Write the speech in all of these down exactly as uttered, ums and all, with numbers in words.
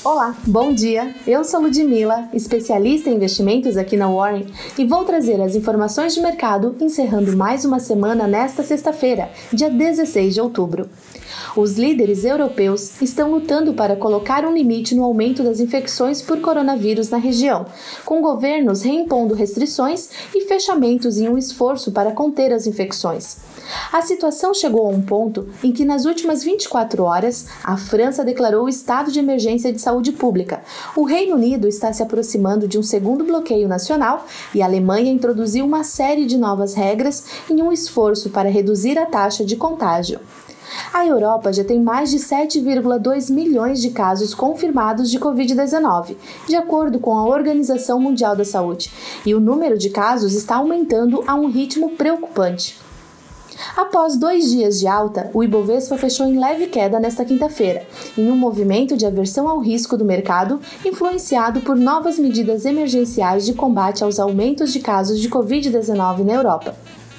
Olá, bom dia! Eu sou Ludmila, especialista em investimentos aqui na Warren e vou trazer as informações de mercado encerrando mais uma semana nesta sexta-feira, dia dezesseis de outubro. Os líderes europeus estão lutando para colocar um limite no aumento das infecções por coronavírus na região, com governos reimpondo restrições e fechamentos em um esforço para conter as infecções. A situação chegou a um ponto em que, nas últimas vinte e quatro horas, a França declarou o estado de emergência de saúde pública. O Reino Unido está se aproximando de um segundo bloqueio nacional e a Alemanha introduziu uma série de novas regras em um esforço para reduzir a taxa de contágio. A Europa já tem mais de sete vírgula dois milhões de casos confirmados de covid dezenove, de acordo com a Organização Mundial da Saúde, e o número de casos está aumentando a um ritmo preocupante. Após dois dias de alta, o Ibovespa fechou em leve queda nesta quinta-feira, em um movimento de aversão ao risco do mercado, influenciado por novas medidas emergenciais de combate aos aumentos de casos de covid dezenove na Europa.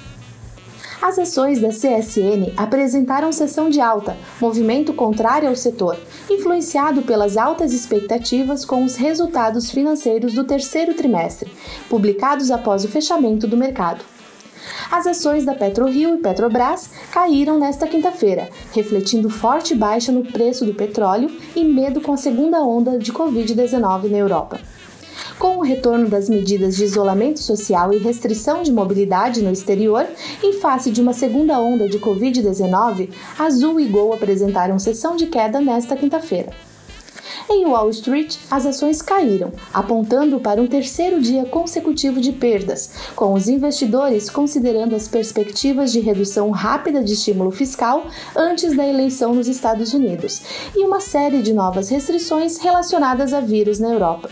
As ações da C S N apresentaram sessão de alta, movimento contrário ao setor, influenciado pelas altas expectativas com os resultados financeiros do terceiro trimestre, publicados após o fechamento do mercado. As ações da PetroRio e Petrobras caíram nesta quinta-feira, refletindo forte baixa no preço do petróleo e medo com a segunda onda de covid dezenove na Europa. Com o retorno das medidas de isolamento social e restrição de mobilidade no exterior, em face de uma segunda onda de covid dezenove, Azul e Gol apresentaram sessão de queda nesta quinta-feira. Em Wall Street, as ações caíram, apontando para um terceiro dia consecutivo de perdas, com os investidores considerando as perspectivas de redução rápida de estímulo fiscal antes da eleição nos Estados Unidos e uma série de novas restrições relacionadas a vírus na Europa.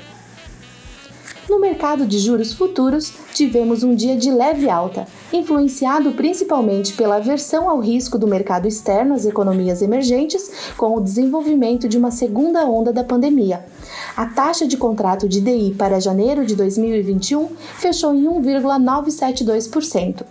No mercado de juros futuros, tivemos um dia de leve alta, influenciado principalmente pela aversão ao risco do mercado externo às economias emergentes, com o desenvolvimento de uma segunda onda da pandemia. A taxa de contrato de D I para janeiro de dois mil e vinte e um fechou em um vírgula novecentos e setenta e dois por cento.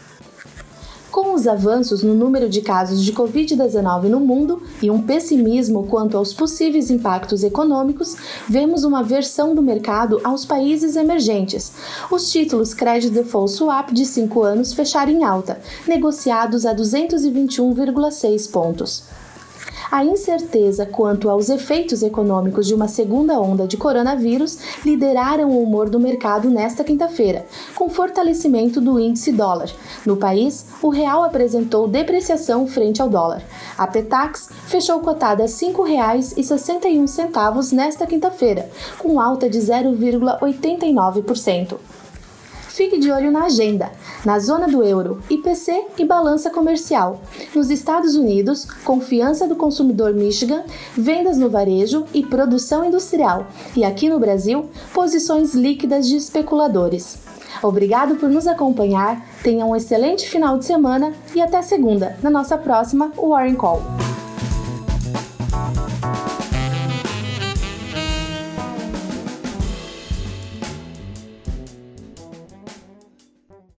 Com os avanços no número de casos de covid dezenove no mundo e um pessimismo quanto aos possíveis impactos econômicos, vemos uma aversão do mercado aos países emergentes. Os títulos Credit Default Swap de cinco anos fecharam em alta, negociados a duzentos e vinte e um vírgula seis pontos. A incerteza quanto aos efeitos econômicos de uma segunda onda de coronavírus lideraram o humor do mercado nesta quinta-feira, com fortalecimento do índice dólar. No país, o real apresentou depreciação frente ao dólar. A Petax fechou cotada a cinco reais e sessenta e um centavos nesta quinta-feira, com alta de zero vírgula oitenta e nove por cento. Fique de olho na agenda. Na zona do euro, I P C e balança comercial. Nos Estados Unidos, confiança do consumidor Michigan, vendas no varejo e produção industrial. E aqui no Brasil, posições líquidas de especuladores. Obrigado por nos acompanhar, tenha um excelente final de semana e até segunda, na nossa próxima Warren Call.